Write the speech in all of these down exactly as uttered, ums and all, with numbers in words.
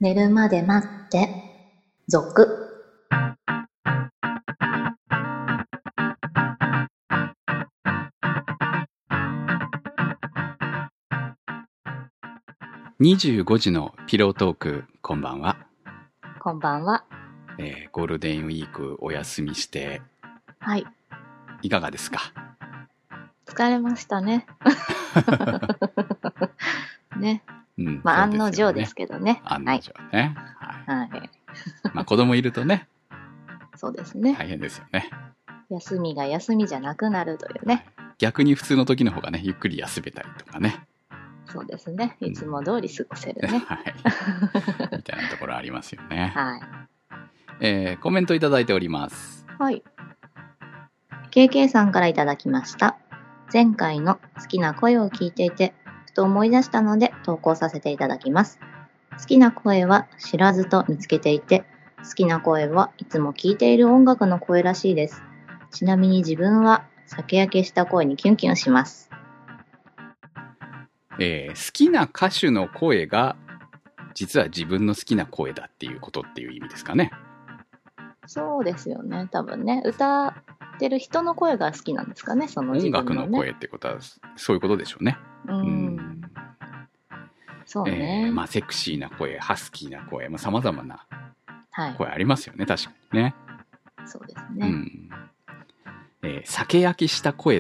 寝るまで待って、続。 にじゅうごじのピロートーク、こんばんは。 こんばんは。 えー、ゴールデンウィークお休みして、 はい。 いかがですか？ 疲れましたね。ね。 うん、 まあ、案そうですよねの定ですけどね。 案の定ね。はい。 はい。はい、 まあ、子供いるとね、 そうですね。 大変ですよね。 休みが休みじゃなくなるというね。 はい、逆に普通の時の方がね、ゆっくり休めたりとかね。 そうですね。いつも通り過ごせるね。 はい。みたいなところありますよね。 はい。 えー、コメントいただいております。 はい。ケーケー さんからいただきました。前回の好きな声を聞いていて、ふと思い出したので投稿させていただきます。好きな声は知らずと見つけていて、好きな声はいつも聴いている音楽の声らしいです。ちなみに自分は酒焼けした声にキュンキュンします。 えー、好きな歌手の声が実は自分の好きな声だっていうことっていう意味ですかね。 そうですよね。多分ね、歌ってる人の声が好きなんですかね。その自分の、ね、 音楽の声ってことはそういうことでしょうね。 うん。うんそうね。 えー、まあセクシーな声、ハスキーな声、まあ様々な声ありますよね、 はい、 確かにね。 そうですね。 うんえー、酒焼きした声って、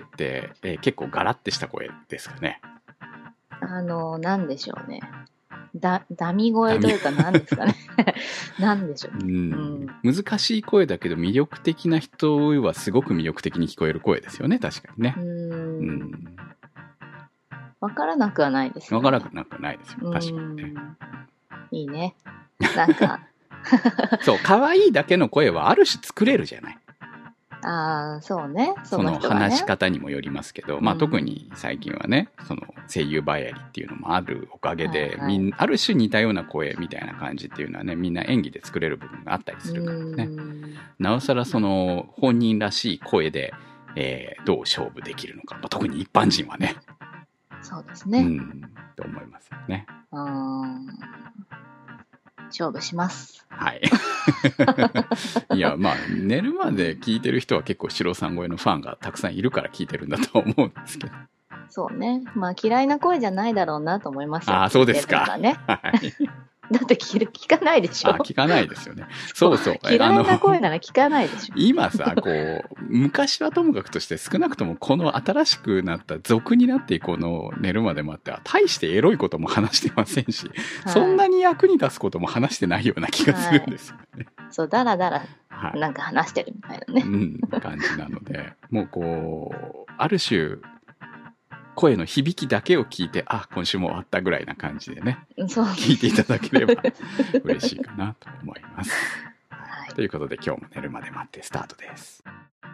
えー、結構ガラッてした声ですかね。 あの、なんでしょうね。だ、ダミ声というか何ですかね。何でしょう、ねうんうん。難しい声だけど魅力的な人はすごく魅力的に聞こえる声ですよね、確かにね。うん。 わからなくはないですよね。 わからなくはないですよ、確かにね。 いいね。なんか。 そう、可愛いだけの声はある種作れるじゃない。 ああ、そうね。 その話し方にもよりますけど、まあ特に最近はね、その声優バイアリっていうのもあるおかげで、みんある種似たような声みたいな感じっていうのはね、みんな演技で作れる部分があったりするからね。なおさらその本人らしい声で、えー、どう勝負できるのか、まあ、特に一般人はね。 そうですね。 うん、と思いますよね。 勝負します。 はい。いや、まあ、寝るまで聞いてる人は結構、シロさん超えのファンがたくさんいるから聞いてるんだと思うんですけど。 そうね。まあ、嫌いな声じゃないだろうなと思いますよ。 ああ、そうですか。 ね、はい。だって聞かないでしょ。 あ、聞かないですよね。そうそう。 嫌いな声なら聞かないでしょ。 今さ、こう、昔はともかくとして少なくともこの新しくなった俗になっていこうの寝るまで待っては、大してエロいことも話してませんし、はい、そんなに役に立つことも話してないような気がするんですよね。 はい、そう、だらだら、なんか話してるみたいなね。 うん、感じなので、もうこう、ある種、声の響きだけを聞いて、あ、今週も終わったぐらいな感じでね、そう聞いていただければ嬉しいかなと思います。はい、ということで今日も寝るまで待ってスタートです。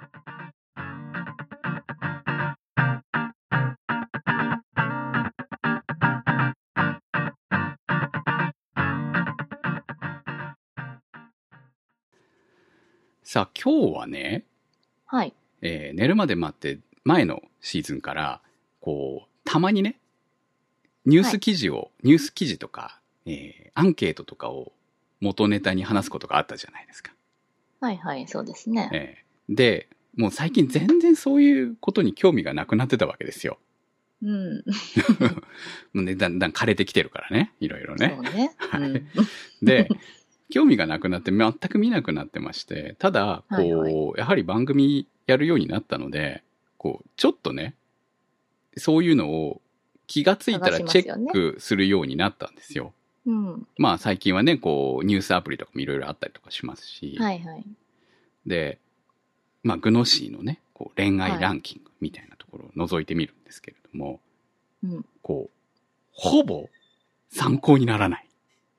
さあ今日はね、 はい、 えー、寝るまで待って前のシーズンからこうたまにねニュース記事を、はい、ニュース記事とか、えー、アンケートとかを元ネタに話すことがあったじゃないですか。 はいはいそうですね。 えー、でもう最近全然そういうことに興味がなくなってたわけですよ。うん。もうねだんだん枯れてきてるからねいろいろね。 そうね。 はい。うん、で興味がなくなって全く見なくなってまして、ただこう、はいはい、やはり番組やるようになったので、こうちょっとねそういうのを気がついたらチェックするようになったんですよ。うん、まあ最近はねこうニュースアプリとかもいろいろあったりとかしますし、はいはい、でまあグノシーのねこう恋愛ランキングみたいなところを覗いてみるんですけれども、はい、こうほぼ参考にならない。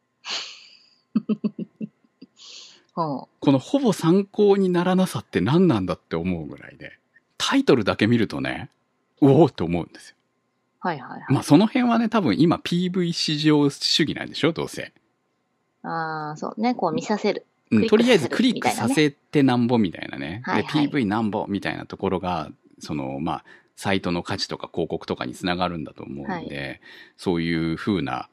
このほぼ参考にならなさって何なんだって思うぐらいで、タイトルだけ見るとね、おおって思うんですよ。はいはいはい。まあその辺はね、多分今 ピーブイ 市場主義なんでしょ、どうせ。 ああ、そうね、こう見させる。 うん、とりあえずクリックさせてなんぼみたいなね。はいはい、で、ピーブイ なんぼみたいなところが、その、まあ、サイトの価値とか広告とかにつながるんだと思うんで、はい、そういう風な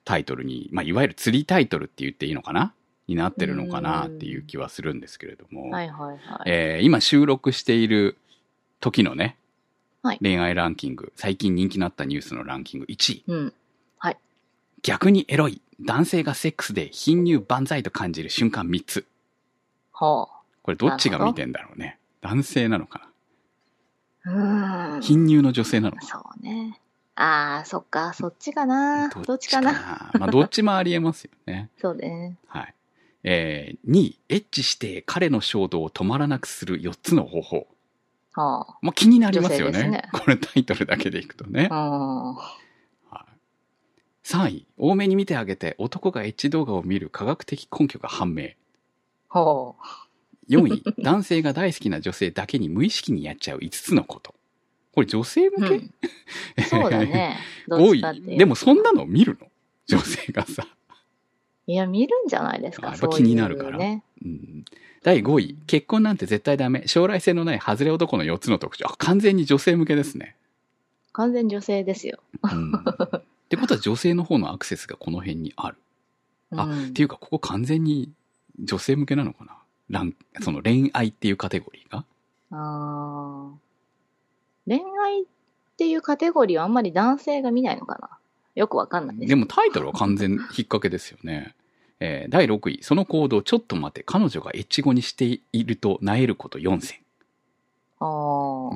タイトルに、まあ、いわゆる釣りタイトルって言っていいのかなになってるのかなっていう気はするんですけれども、 はいはいはい。 えー、今収録している時のね、 はい、 恋愛ランキング、最近人気になったニュースのランキングいちい。 うん。はい。 逆にエロい。男性がセックスで貧乳万歳と感じる瞬間みっつ。 はあ。 これどっちが見てんだろうね。男性なのかな。うーん。 貧乳の女性なのかな。 そうね。ああ、そっか、そっちかな。どっちかな。 まあ、どっちもありえますよね。 そうね。 はい。えー、にい、エッチして彼の衝動を止まらなくするよっつの方法。 はあ。 まあ、気になりますよね。 ねこれタイトルだけでいくとね。 はあ。さんい、多めに見てあげて男がエッチ動画を見る科学的根拠が判明。 はあ。 よんい、男性が大好きな女性だけに無意識にやっちゃういつつのこと。これ女性向け、うん、 そうだね。 ごい。でもそんなの見るの女性がさ。 いや、見るんじゃないですか。 やっぱ気になるから。ね、うん、だいごい、結婚なんて絶対ダメ。将来性のない外れ男のよっつの特徴。あ、完全に女性向けですね。 完全女性ですよ。 うん、ってことは女性の方のアクセスがこの辺にある。あ、うん、っていうかここ完全に女性向けなのかな。ランその恋愛っていうカテゴリーが。 あー。恋愛っていうカテゴリーはあんまり男性が見ないのかな。よくわかんないです。 でもタイトルは完全引っ掛けですよね。えー、だいろくい、その行動ちょっと待って、彼女がエッチ語にしていると萎えることよんせん。 ああ。 うん、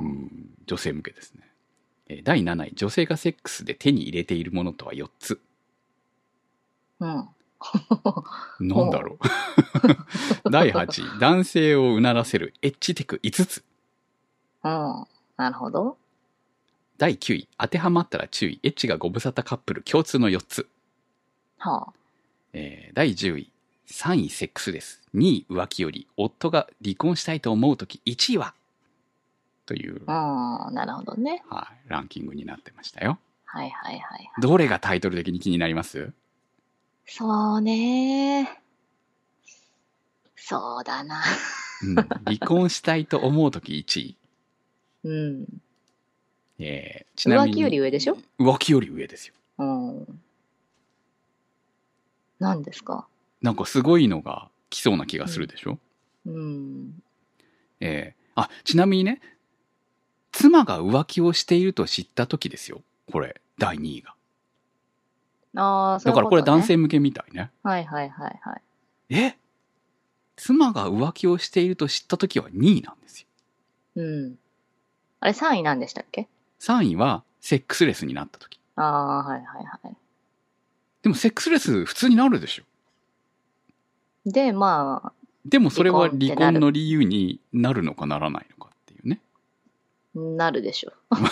女性向けですね。えー、だいなない、女性がセックスで手に入れているものとはよっつ。 うん。 なんだろう。だいはちい、男性をうならせるエッチテクいつつ。 うん。なるほど。 だいきゅうい、当てはまったら注意。エッチがご無沙汰カップル共通のよっつ。 はあ。 えー、だいじゅうい、さんいセックスです。にい浮気より、夫が離婚したいと思うときいちいはという。 ああ、なるほどね。 はい、ランキングになってましたよ。 はいはいはい、はい。 どれがタイトル的に気になります？ そうね。そうだな。 うん、離婚したいと思うときいちい。 うん。 えー、ちなみに。 浮気より上でしょ？ 浮気より上ですよ。 うん。何ですか？ なんかすごいのが来そうな気がするでしょ？ うん。うん、 えー、あ、ちなみにね、妻が浮気をしていると知ったときですよ。これ、だいにいが。 ああ、そういうことね。 だからこれ男性向けみたいね。 はいはいはいはい。 え？妻が浮気をしていると知ったときはにいなんですよ。 うん。あれさんいなんでしたっけ？ さんいはセックスレスになったとき。 ああ、はいはいはい。 でもセックスレス普通になるでしょ。 で、まあ。 でもそれは離婚の理由になるのかならないのかっていうね。 なるでしょ。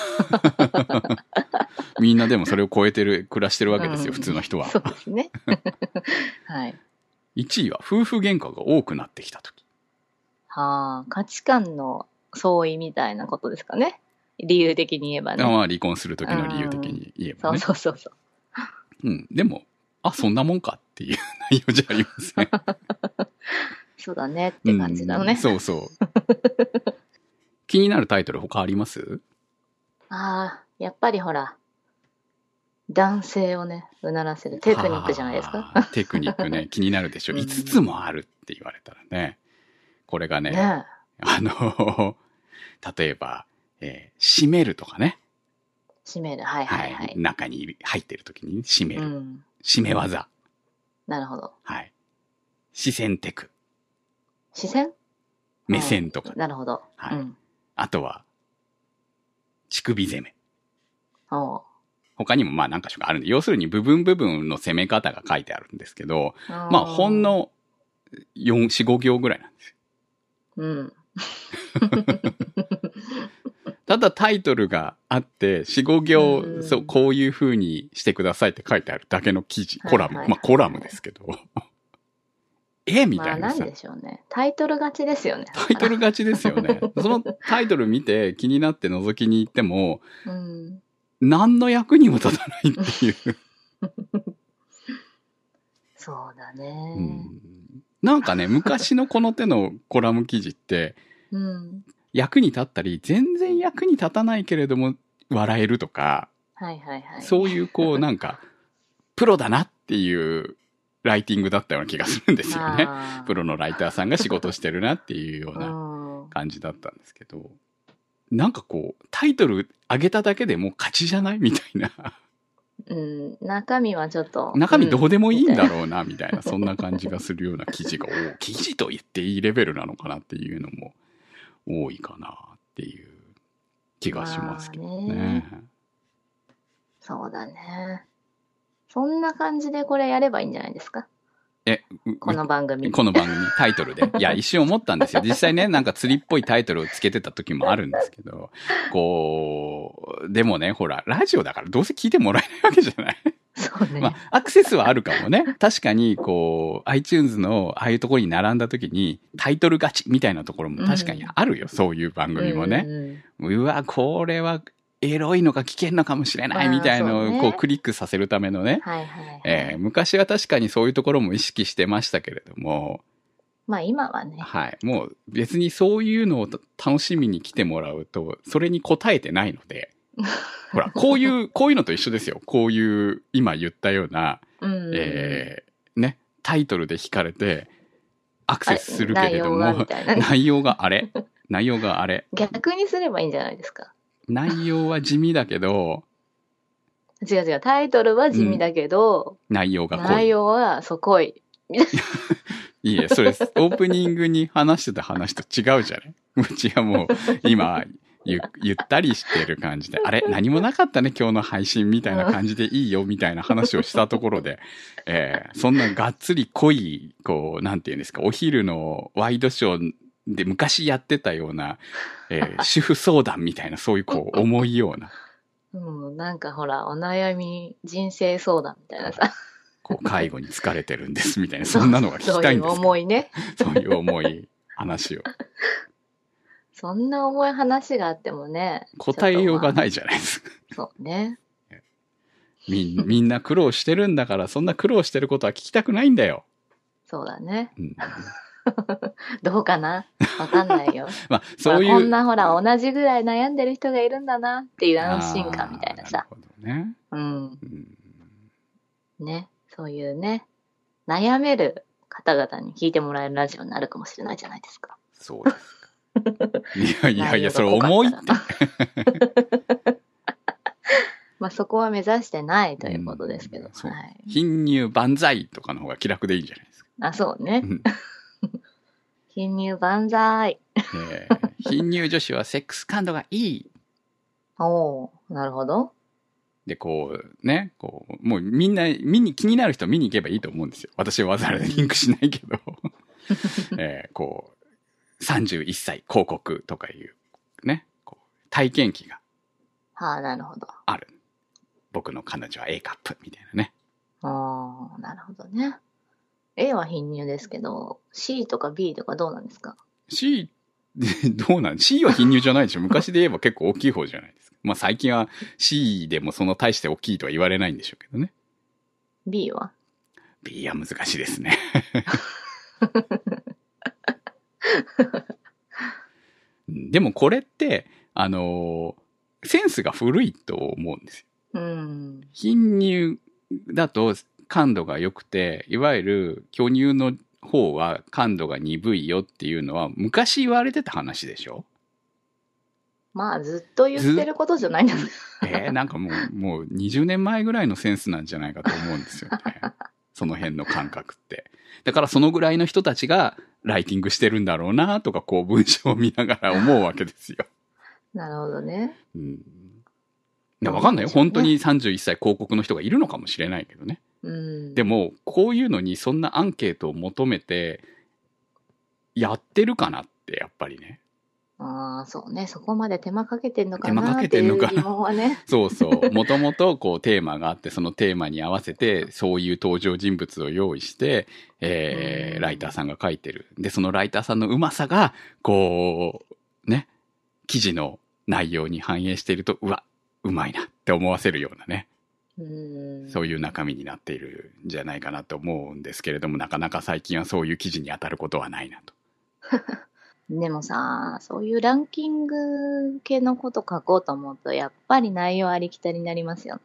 みんなでもそれを超えてる、暮らしてるわけですよ、うん、普通の人は。 そうですね。はい。 いちいは夫婦喧嘩が多くなってきたとき。 はあ、価値観の相違みたいなことですかね。理由的に言えばね。 まあ離婚するときの理由的に言えばね。 そうそうそうそう。 うん。でも、あ、そんなもんかっていう内容じゃありません。 そうだねって感じだね。 うん、そうそう。気になるタイトル他あります？ ああ、やっぱりほら、男性をね、うならせるテクニックじゃないですか。 テクニックね、気になるでしょ。いつつもあるって言われたらね。これがね、ねあの、例えば、えー、閉めるとかね。 閉める、はいはいはい。はい、 中に入ってる時に閉める。うん、閉め技。 なるほど。 はい。視線テク。 視線？ 目線とか。 なるほど。 はい。うん、あとは、乳首攻め。 お他にもまあ何か所かあるんで、要するに部分部分の攻め方が書いてあるんですけど、あまあほんのよん、よん、ご行ぐらいなんですよ。 うん。 ただタイトルがあって、よん、ご行、うん、そう、こういう風にしてくださいって書いてあるだけの記事、コラム。はいはいはいはい、まあコラムですけど。えみたいなさ。 まあなんでしょうね。タイトル勝ちですよね。 タイトル勝ちですよね。そのタイトル見て気になって覗きに行っても、うん、何の役にも立たないっていう。 そうだね、 うん。なんかね、昔のこの手のコラム記事って、うん、役に立ったり、全然役に立たないけれども笑えるとか、 はいはいはい、 そういうこうなんか、プロだなっっていうライティングだったような気がするんですよね。プロのライターさんが仕事してるなっていうような感じだったんですけど、なんかこうタイトル上げただけでもう勝ちじゃないみたいな。 うん、中身はちょっと中身どうでもいいんだろうなみたいな、そんな感じがするような記事がお記事と言っていいレベルなのかなっていうのも多いかなっていう気がしますけどね。ね、 そうだね。そんな感じでこれやればいいんじゃないですか。 え、 この番組。 この番組、タイトルで。いや、一瞬思ったんですよ。実際ね、なんか釣りっぽいタイトルをつけてた時もあるんですけど、こう、でもね、ほら、ラジオだからどうせ聞いてもらえないわけじゃない。 そうね。 まあ、アクセスはあるかもね。確かに、こう、iTunes のああいうところに並んだ時に、タイトル勝ちみたいなところも確かにあるよ。うん、そういう番組もね。うんうん、うわ、これは、エロいのか危険のかもしれないみたいなのをこうクリックさせるためのね。はいはいはい、えー、昔は確かにそういうところも意識してましたけれども。 まあ今はね。 はい。もう別にそういうのを楽しみに来てもらうと、それに応えてないので。ほら、こういう、こういうのと一緒ですよ。こういう今言ったような、うん、えー、ね、タイトルで惹かれてアクセスするけれども、内容がみたいなね、内容があれ。内容があれ。 逆にすればいいんじゃないですか。 内容は地味だけど、 違う違う、タイトルは地味だけど、 うん、内容が濃い。 内容はそう濃い。 いいえ、それ、オープニングに話してた話と違うじゃない。うちはもう、今ゆ、ゆったりしてる感じで、あれ何もなかったね、今日の配信みたいな感じでいいよ、みたいな話をしたところで、えー、そんながっつり濃い、こう、なんていうんですか、お昼のワイドショーで昔やってたような、えー、主婦相談みたいな、そういうこう、重いような。 うん、なんかほら、お悩み、人生相談みたいなさ。 こう、介護に疲れてるんです、みたいな、そんなのが聞きたいんです。 そういう重いね。 そういう重い話を。 そんな重い話があってもね。 答えようがないじゃないですか。 そうね。 み、みんな苦労してるんだから、そんな苦労してることは聞きたくないんだよ。 そうだね。うん、どうかなわかんないよ。 まあ、そういう、 まあ、こんなほら、同じぐらい悩んでる人がいるんだなっていう安心感みたいなさ。 なるほどね。うん。うん、 ね。そういうね、悩める方々に聞いてもらえるラジオになるかもしれないじゃないですか。 そうですか。いやいやいや、それ重いって。 まあそこは目指してないということですけど。 うん、はい、貧乳万歳とかの方が気楽でいいんじゃないですか。 あ、そうね。うん、貧乳万歳。 えー、貧乳女子はセックス感度がいい。 おー、なるほど。 で、こう、ね、こう、もうみんな、見に、気になる人見に行けばいいと思うんですよ。私はわざわざリンクしないけど。えー、こう、さんじゅういっさい広告とかいう、ね、こう体験記が。 はあ、なるほど。 ある。僕の彼女は A カップみたいなね。 ああ、なるほどね。A は貧乳ですけど、C とか B とかどうなんですか？ C、どうなん ?C は貧乳じゃないでしょ。昔で言えば結構大きい方じゃないですか。まあ最近は C でもその大して大きいとは言われないんでしょうけどね。 B は ?B は難しいですね。でもこれって、あのー、センスが古いと思うんですよ。うん、貧乳だと感度が良くて、いわゆる巨乳の方は感度が鈍いよっていうのは昔言われてた話でしょ？ まあずっと言ってることじゃないんだ。 えー、なんかもう、もうにじゅうねんまえぐらいのセンスなんじゃないかと思うんですよね。その辺の感覚って。だからそのぐらいの人たちがライティングしてるんだろうなとか、こう文章を見ながら思うわけですよ。 なるほどね。うん。いや、わかんないよ。本当にさんじゅういっさい広告の人がいるのかもしれないけどね。うん。でも、こういうのにそんなアンケートを求めて、やってるかなって、やっぱりね。 ああ、そうね。そこまで手間かけてんのかなっていう疑問はね。 そうそう。もともとこうテーマがあって、そのテーマに合わせて、そういう登場人物を用意して、えー、ライターさんが書いてる。で、そのライターさんのうまさが、こう、ね、記事の内容に反映していると、うわ、うまいなって思わせるようなね。うんそういう中身になっているんじゃないかなと思うんですけれども、なかなか最近はそういう記事に当たることはないなと。 でもさ、そういうランキング系のこと書こうと思うと、やっぱり内容ありきたりになりますよね。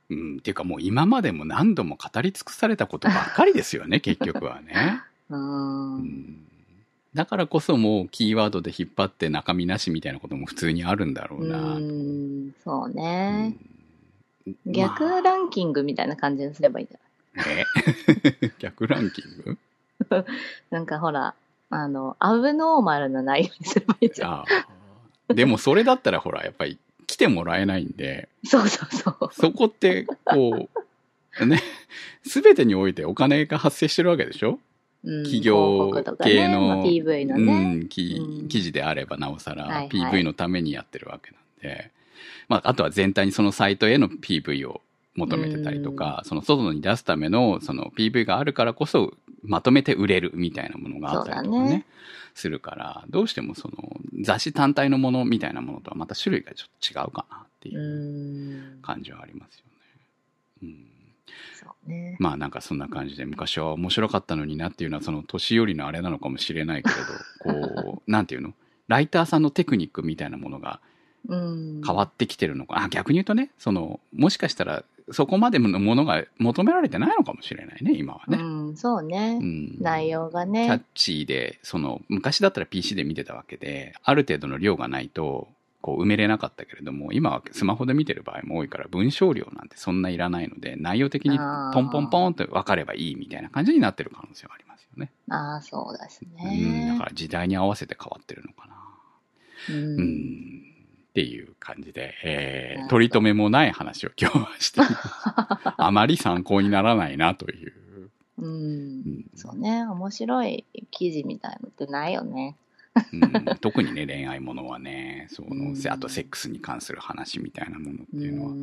うん、っていうかもう今までも何度も語り尽くされたことばっかりですよね、結局はね。 うーんうん。だからこそもうキーワードで引っ張って中身なしみたいなことも普通にあるんだろうな。 うーんそうね、 うん、 逆ランキングみたいな感じにすればいいんじゃない？ え逆ランキングなんかほら、あの、アブノーマルな内容にすればいいじゃん。 ああ。でもそれだったらほら、やっぱり来てもらえないんで。 そうそうそう。 そこって、こう、ね、すべてにおいてお金が発生してるわけでしょ、うん、企業系の、ね、まあ、 ピーブイ のね、 うん、記事であればなおさら、 はいはい、 ピーブイ のためにやってるわけなんで、まあ、あとは全体にそのサイトへの ピーブイ を求めてたりとか、その外に出すためのその ピーブイ があるからこそまとめて売れるみたいなものがあったりとか ね, ねするから、どうしてもその雑誌単体のものみたいなものとはまた種類がちょっと違うかなっていう感じはありますよね。うん、そうね。まあなんかそんな感じで昔は面白かったのになっていうのはその年寄りのあれなのかもしれないけれど、こうなんていうの、ライターさんのテクニックみたいなものが変わってきてるのか、あ、逆に言うとね、そのもしかしたらそこまでのものが求められてないのかもしれないね、今はね。うん、そうね、うん。内容がね。キャッチーで、その昔だったら ピーシー で見てたわけで、ある程度の量がないとこう埋めれなかったけれども、今はスマホで見てる場合も多いから文章量なんてそんないらないので、内容的にポンポンポンと分かればいいみたいな感じになってる可能性はありますよね。ああ、そうですね。うん、だから時代に合わせて変わってるのかな。うん。うんっていう感じで、えー、取り留めもない話を今日はしてあまり参考にならないなという、うんうん、そうね、面白い記事みたいのってないよね、うん、特にね恋愛ものはね、その、うん、あとセックスに関する話みたいなものっていうのは、うんうん、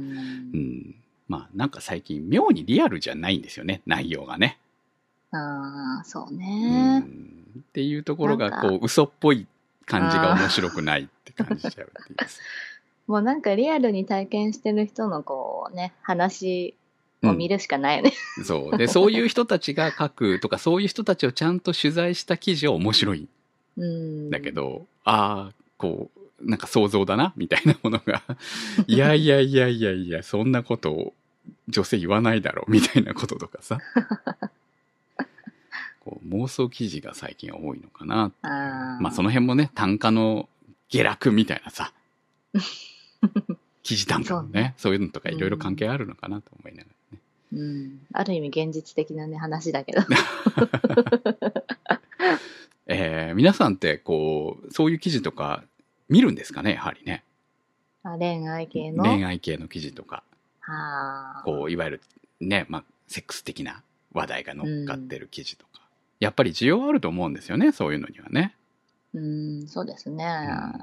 まあなんか最近妙にリアルじゃないんですよね、内容がね。ああ、そうね、うん、っていうところがこう嘘っぽい感じが面白くないって感じちゃうっていうもうなんかリアルに体験してる人のこうね話を見るしかないよね、うん、そうで、そういう人たちが書くとかそういう人たちをちゃんと取材した記事は面白いんだけど、ああこうなんか想像だなみたいなものがいやいやいやいやいやそんなことを女性言わないだろうみたいなこととかさこう妄想記事が最近多いのかな。あ、まあその辺もね、単価の下落みたいなさ記事単価も ね, そうね、そういうのとかいろいろ関係あるのかなと思いながらね、うんうん、ある意味現実的なね話だけど、えー、皆さんってこうそういう記事とか見るんですかね、やはりね。あ、恋愛系の恋愛系の記事とか、はこういわゆるね、まあセックス的な話題が乗っかってる記事とか、うん、やっぱり需要あると思うんですよね、そういうのにはね。うん、そうですね、うん、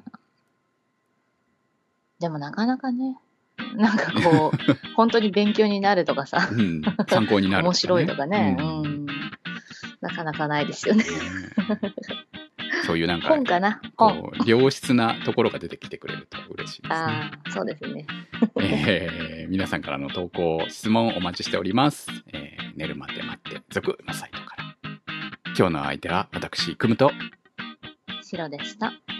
でもなかなかね、なんかこう本当に勉強になるとかさ、うん、参考になるとか、ね、面白いとかね、うんうん、なかなかないですよねそういうなんか本かな、こう良質なところが出てきてくれると嬉しいですね。ああ、そうですね、えー、皆さんからの投稿質問お待ちしております、えー、寝るまで待って続のサイトから。今日の相手は私くむとシロでした。